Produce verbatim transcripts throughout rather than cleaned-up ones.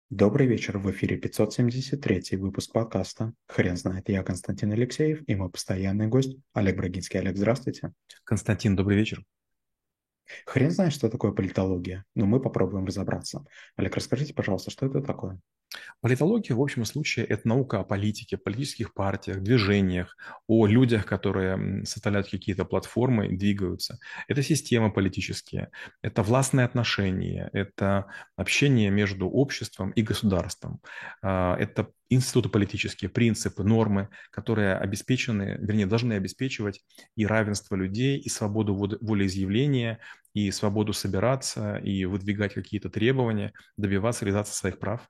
Добрый вечер, в эфире пятьсот семьдесят третий выпуск подкаста. Хрен знает, я Константин Алексеев и мой постоянный гость Олег Брагинский. Олег, здравствуйте. Константин, добрый вечер. Хрен знает, что такое политология, но мы попробуем разобраться. Олег, расскажите, пожалуйста, что это такое? Политология, в общем случае, это наука о политике, политических партиях, движениях, о людях, которые м, составляют какие-то платформы, двигаются. Это системы политические, это властные отношения, это общение между обществом и государством. А, Это институты политические, принципы, нормы, которые обеспечены, вернее, должны обеспечивать и равенство людей, и свободу вод- волеизъявления, и свободу собираться, и выдвигать какие-то требования, добиваться реализации своих прав.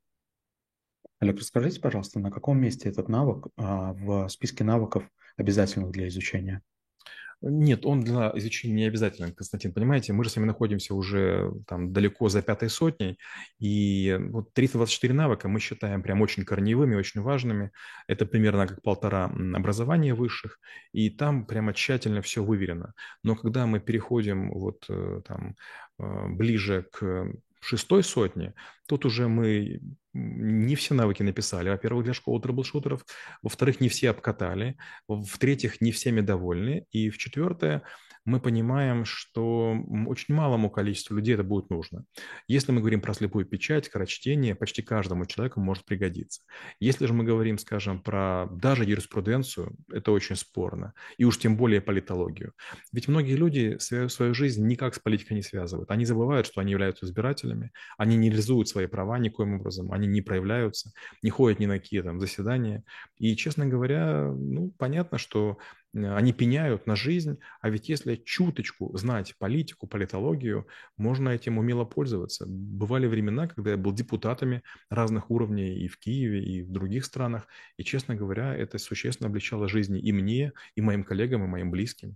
Олег, расскажите, пожалуйста, на каком месте этот навык а, в списке навыков, обязательных для изучения? Нет, он для изучения не обязателен, Константин. Понимаете, мы же с вами находимся уже там далеко за пятой сотней, и вот триста двадцать четыре навыка мы считаем прям очень корневыми, очень важными. Это примерно как полтора м, образования высших, и там прямо тщательно все выверено. Но когда мы переходим вот э, там э, ближе к шестой сотне, тут уже мы не все навыки написали. Во-первых, для школы трэблшутеров, во-вторых, не все обкатали, в-третьих, не всеми довольны. И в-четвертое, мы понимаем, что очень малому количеству людей это будет нужно. Если мы говорим про слепую печать, скорочтение, почти каждому человеку может пригодиться. Если же мы говорим, скажем, про даже юриспруденцию, это очень спорно. И уж тем более политологию. Ведь многие люди свою, свою жизнь никак с политикой не связывают. Они забывают, что они являются избирателями, они не реализуют свои права никоим образом, они не проявляются, не ходят ни на какие там заседания. И, честно говоря, ну, понятно, что э, они пеняют на жизнь, а ведь если чуточку знать политику, политологию, можно этим умело пользоваться. Бывали времена, когда я был депутатами разных уровней и в Киеве, и в других странах, и, честно говоря, это существенно облегчало жизни и мне, и моим коллегам, и моим близким.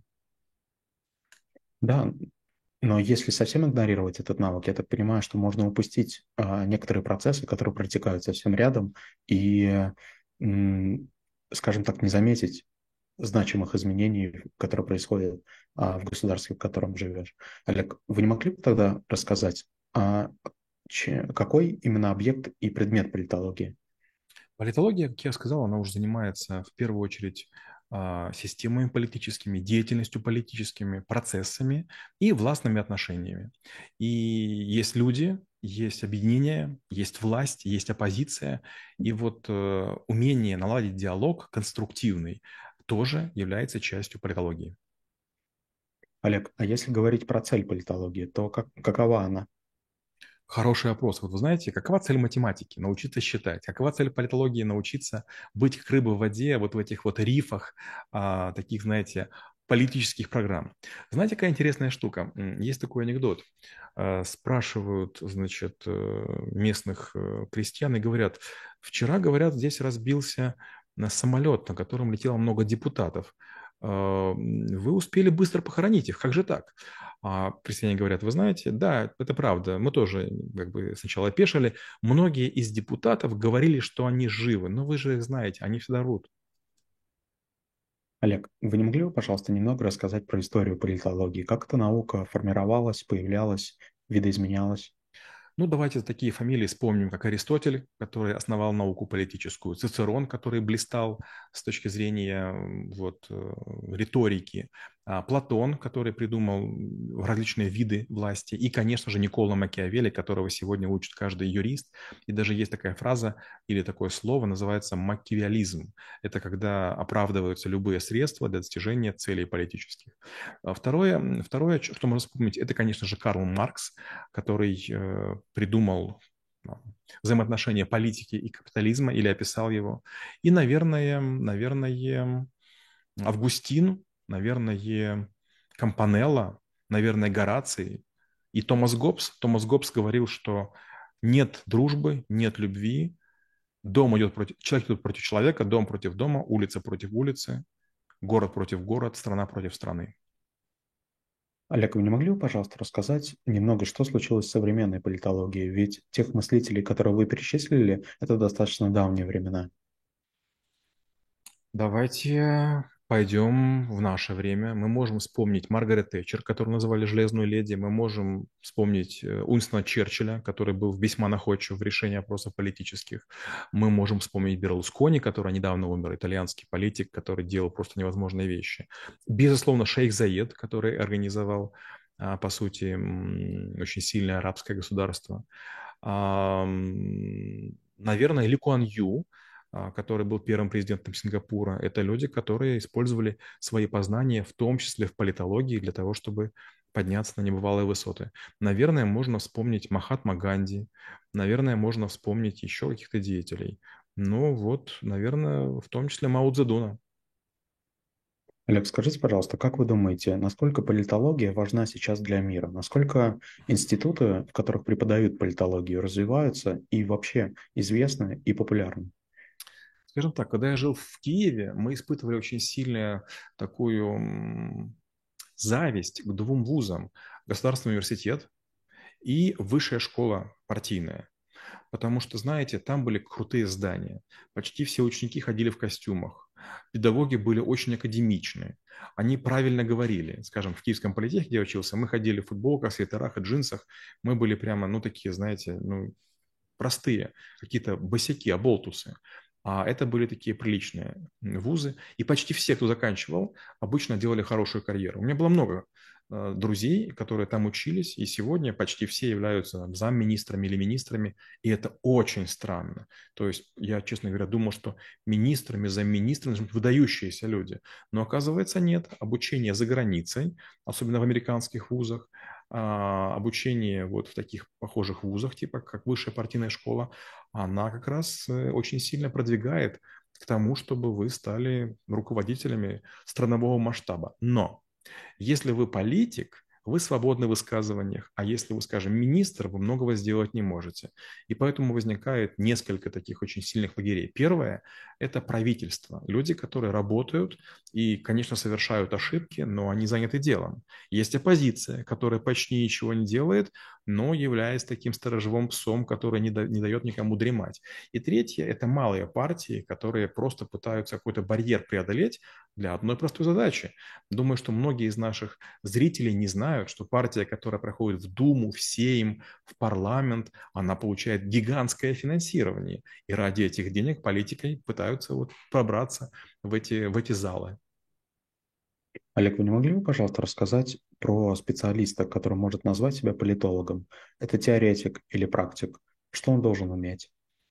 Да, но если совсем игнорировать этот навык, я так понимаю, что можно упустить а, некоторые процессы, которые протекают совсем рядом, и, м, скажем так, не заметить значимых изменений, которые происходят а, в государстве, в котором живешь. Олег, вы не могли бы тогда рассказать, а, че- какой именно объект и предмет политологии? Политология, как я сказал, она уже занимается в первую очередь а, системами политическими, деятельностью политическими, процессами и властными отношениями. И есть люди, есть объединения, есть власть, есть оппозиция. И вот э, умение наладить диалог конструктивный тоже является частью политологии. Олег, а если говорить про цель политологии, то как, какова она? Хороший вопрос. Вот вы знаете, какова цель математики? Научиться считать. Какова цель политологии? Научиться быть как рыба в воде, вот в этих вот рифах, а, таких, знаете, политических программ. Знаете, какая интересная штука? М, Есть такой анекдот. А, Спрашивают, значит, э, местных э, крестьян и говорят, вчера, говорят, здесь разбился на самолет, на котором летело много депутатов. А, м, Вы успели быстро похоронить их. Как же так? А крестьяне говорят, вы знаете, да, это правда, мы тоже как бы сначала опешили. Многие из депутатов говорили, что они живы, но вы же их знаете, они всегда врут. Олег, вы не могли бы, пожалуйста, немного рассказать про историю политологии? Как эта наука формировалась, появлялась, видоизменялась? Ну, давайте такие фамилии вспомним, как Аристотель, который основал науку политическую, Цицерон, который блистал с точки зрения м, вот, э, риторики, а Платон, который придумал м, различные виды власти, и, конечно же, Никколо Макиавелли, которого сегодня учит каждый юрист. И даже есть такая фраза или такое слово, называется макиавеллизм. Это когда оправдываются любые средства для достижения целей политических. А Второе, м, второе, ч- что можно вспомнить, это, конечно же, Карл Маркс, который э, придумал ну, взаимоотношения политики и капитализма или описал его. И, наверное, наверное, Августин, наверное, Кампанелла, наверное, Гораций и Томас Гоббс. Томас Гоббс говорил, что нет дружбы, нет любви, дом идет против, человек идет против человека, дом против дома, улица против улицы, город против города, страна против страны. Олег, вы не могли бы, пожалуйста, рассказать немного, что случилось с современной политологией? Ведь тех мыслителей, которые вы перечислили, это достаточно давние времена. Давайте. Пойдем в наше время. Мы можем вспомнить Маргарет Тэтчер, которую называли «железную леди». Мы можем вспомнить э, Уинстона Черчилля, который был весьма находчив в решении вопросов политических. Мы можем вспомнить Берлускони, который недавно умер, итальянский политик, который делал просто невозможные вещи. Безусловно, шейх Заед, который организовал, а, по сути, м, очень сильное арабское государство. Ам, Наверное, Ли Куан Ю, а, который был первым президентом Сингапура, это люди, которые использовали свои познания, в том числе в политологии, для того, чтобы подняться на небывалые высоты. Наверное, можно вспомнить Махатма Ганди, наверное, можно вспомнить еще каких-то деятелей. Ну вот, наверное, в том числе Мао Цзэдуна. Олег, скажите, пожалуйста, как вы думаете, насколько политология важна сейчас для мира? Насколько институты, в которых преподают политологию, развиваются и вообще известны и популярны? Скажем так, когда я жил в Киеве, мы испытывали очень сильную такую м, зависть к двум вузам. Государственный университет и высшая школа партийная. Потому что, знаете, там были крутые здания. Почти все ученики ходили в костюмах. Педагоги были очень академичные. Они правильно говорили. Скажем, в Киевском политехе, где я учился, мы ходили в футболках, свитерах и джинсах. Мы были прямо, ну, такие, знаете, ну, простые, какие-то босяки, оболтусы. А это были такие приличные вузы. И почти все, кто заканчивал, обычно делали хорошую карьеру. У меня было много э, друзей, которые там учились, и сегодня почти все являются там, замминистрами или министрами, и это очень странно. То есть я, честно говоря, думал, что министрами, замминистрами должны быть выдающиеся люди, но оказывается нет. Обучение за границей, особенно в американских вузах, а, обучение вот в таких похожих вузах, типа как высшая партийная школа, она как раз э, очень сильно продвигает к тому, чтобы вы стали руководителями странового масштаба. Но если вы политик, вы свободны в высказываниях, а если вы, скажем, министр, вы многого сделать не можете. И поэтому возникает несколько таких очень сильных лагерей. Первое– это правительство. Люди, которые работают и, конечно, совершают ошибки, но они заняты делом. Есть оппозиция, которая почти ничего не делает, но является таким сторожевым псом, который не, да, не дает никому дремать. И третье– это малые партии, которые просто пытаются какой-то барьер преодолеть для одной простой задачи. Думаю, что многие из наших зрителей не знают, что партия, которая проходит в Думу, в Сейм, в парламент, она получает гигантское финансирование. И ради этих денег политикой пытаются вот пробраться в эти, в эти залы. Олег, вы не могли бы, пожалуйста, рассказать про специалиста, который может назвать себя политологом? Это теоретик или практик? Что он должен уметь?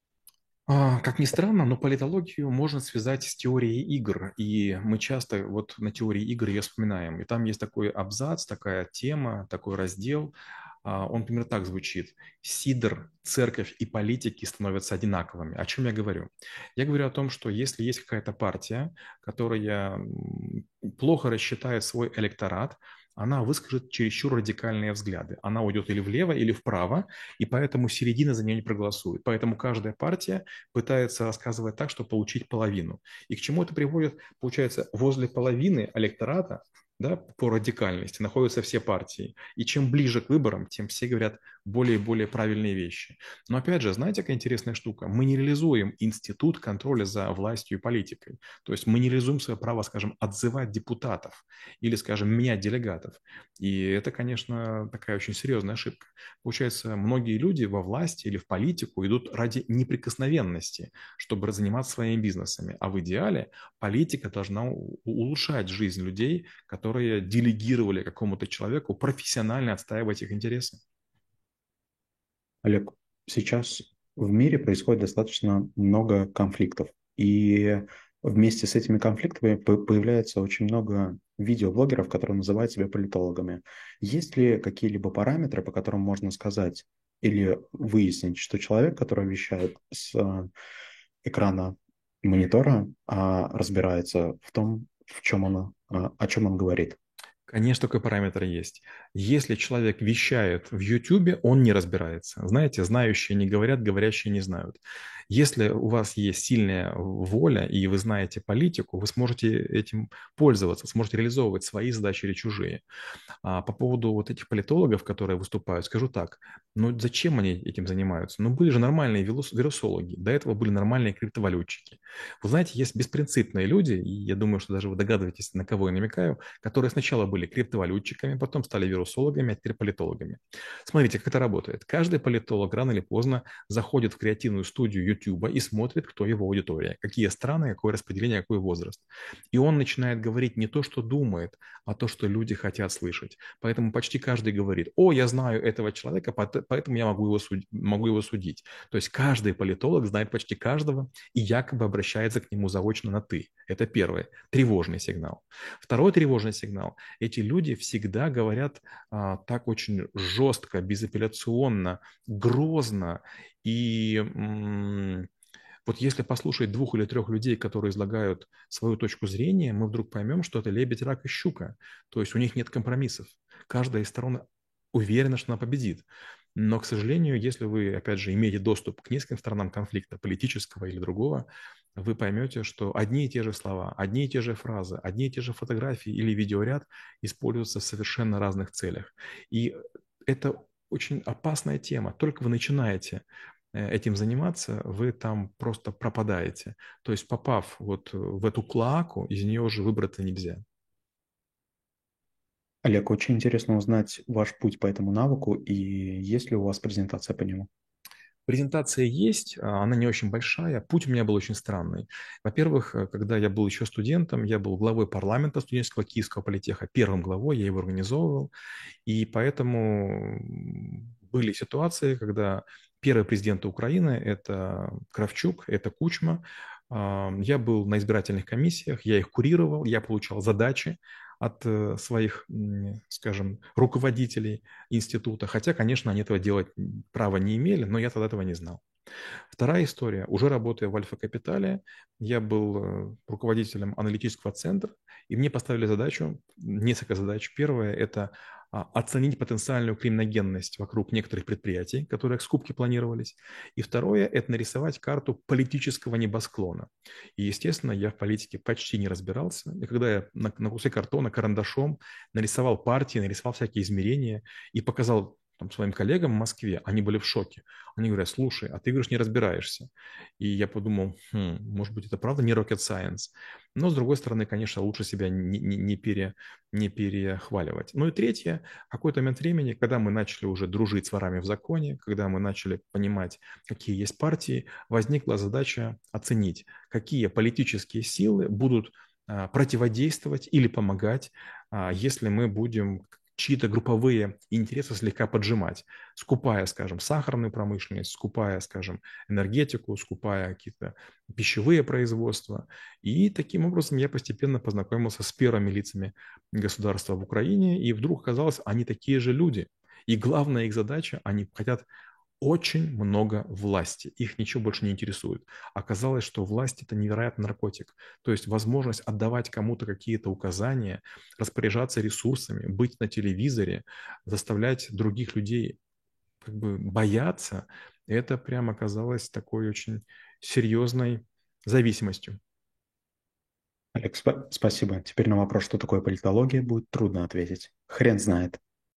А, Как ни странно, но политологию можно связать с теорией игр, и мы часто вот на теории игр ее вспоминаем. И там есть такой абзац, такая тема, такой раздел. А, Он примерно так звучит. Сидр, церковь и политики становятся одинаковыми. О чем я говорю? Я говорю о том, что если есть какая-то партия, которая м, плохо рассчитает свой электорат, она выскажет чересчур радикальные взгляды. Она уйдет или влево, или вправо, и поэтому середина за нее не проголосует. Поэтому каждая партия пытается рассказывать так, чтобы получить половину. И к чему это приводит? Получается, возле половины электората, да, по радикальности находятся все партии. И чем ближе к выборам, тем все говорят более и более правильные вещи. Но опять же, знаете, какая интересная штука? Мы не реализуем институт контроля за властью и политикой. То есть мы не реализуем свое право, скажем, отзывать депутатов или, скажем, менять делегатов. И это, конечно, такая очень серьезная ошибка. Получается, многие люди во власти или в политику идут ради неприкосновенности, чтобы заниматься своими бизнесами. А в идеале политика должна улучшать жизнь людей, которые делегировали какому-то человеку профессионально отстаивать их интересы. Олег, сейчас в мире происходит достаточно много конфликтов, и вместе с этими конфликтами по- появляется очень много видеоблогеров, которые называют себя политологами. Есть ли какие-либо параметры, по которым можно сказать или выяснить, что человек, который вещает с э, экрана монитора, а, разбирается в том, в чем он, а, о чем он говорит? Конечно, такой параметр есть. Если человек вещает в Ютубе, он не разбирается. Знаете, знающие не говорят, говорящие не знают. Если у вас есть сильная воля и вы знаете политику, вы сможете этим пользоваться, сможете реализовывать свои задачи или чужие. А по поводу вот этих политологов, которые выступают, скажу так, ну зачем они этим занимаются? Ну были же нормальные вирус- вирусологи, до этого были нормальные криптовалютчики. Вы знаете, есть беспринципные люди, и я думаю, что даже вы догадываетесь, на кого я намекаю, которые сначала были криптовалютчиками, потом стали вирусологами, а теперь политологами. Смотрите, как это работает. Каждый политолог рано или поздно заходит в креативную студию YouTube и смотрит, кто его аудитория, какие страны, какое распределение, какой возраст. И он начинает говорить не то, что думает, а то, что люди хотят слышать. Поэтому почти каждый говорит: о, я знаю этого человека, поэтому я могу его, суд... могу его судить. То есть каждый политолог знает почти каждого и якобы обращается к нему заочно на «ты». Это первый тревожный сигнал. Второй тревожный сигнал. Эти люди всегда говорят а, так очень жестко, безапелляционно, грозно и... М- вот если послушать двух или трех людей, которые излагают свою точку зрения, мы вдруг поймем, что это лебедь, рак и щука. То есть у них нет компромиссов. Каждая из сторон уверена, что она победит. Но, к сожалению, если вы, опять же, имеете доступ к нескольким сторонам конфликта, политического или другого, вы поймете, что одни и те же слова, одни и те же фразы, одни и те же фотографии или видеоряд используются в совершенно разных целях. И это очень опасная тема. Только вы начинаете э, этим заниматься, вы там просто пропадаете. То есть, попав вот в эту клоаку, из нее уже выбраться нельзя. Олег, очень интересно узнать ваш путь по этому навыку и есть ли у вас презентация по нему. Презентация есть, а, она не очень большая. Путь у меня был очень странный. Во-первых, э, когда я был еще студентом, я был главой парламента студенческого Киевского политеха, первым главой, я его организовывал. И поэтому были ситуации, когда первые президенты Украины — это Кравчук, это Кучма. А, Я был на избирательных комиссиях, я их курировал, я получал задачи от э, своих, м, скажем, руководителей института. Хотя, конечно, они этого делать права не имели, но я тогда этого не знал. Вторая история. Уже работая в Альфа-Капитале, я был э, руководителем аналитического центра, и мне поставили задачу, несколько задач. Первая — это а, оценить потенциальную криминогенность вокруг некоторых предприятий, которые к скупке планировались. И второе — это нарисовать карту политического небосклона. И, естественно, я в политике почти не разбирался. И когда я на, на куске картона карандашом нарисовал партии, нарисовал всякие измерения и показал там, своим коллегам в Москве, они были в шоке. Они говорят: слушай, а ты, говоришь, не разбираешься. И я подумал, хм, может быть, это правда не rocket science. Но, с другой стороны, конечно, лучше себя не, не, не, пере, не перехваливать. Ну и третье, в какой-то момент времени, когда мы начали уже дружить с ворами в законе, когда мы начали понимать, какие есть партии, возникла задача оценить, какие политические силы будут а, противодействовать или помогать, а, если мы будем чьи-то групповые интересы слегка поджимать, скупая, скажем, сахарную промышленность, скупая, скажем, энергетику, скупая какие-то пищевые производства. И таким образом я постепенно познакомился с первыми лицами государства в Украине, и вдруг оказалось, они такие же люди. И главная их задача, они хотят очень много власти. Их ничего больше не интересует. Оказалось, что власть — это невероятный наркотик. То есть возможность отдавать кому-то какие-то указания, распоряжаться ресурсами, быть на телевизоре, заставлять других людей как бы бояться, это прям оказалось такой очень серьезной зависимостью. Олег, спа- спасибо. Теперь на вопрос, что такое политология, будет трудно ответить. Хрен знает.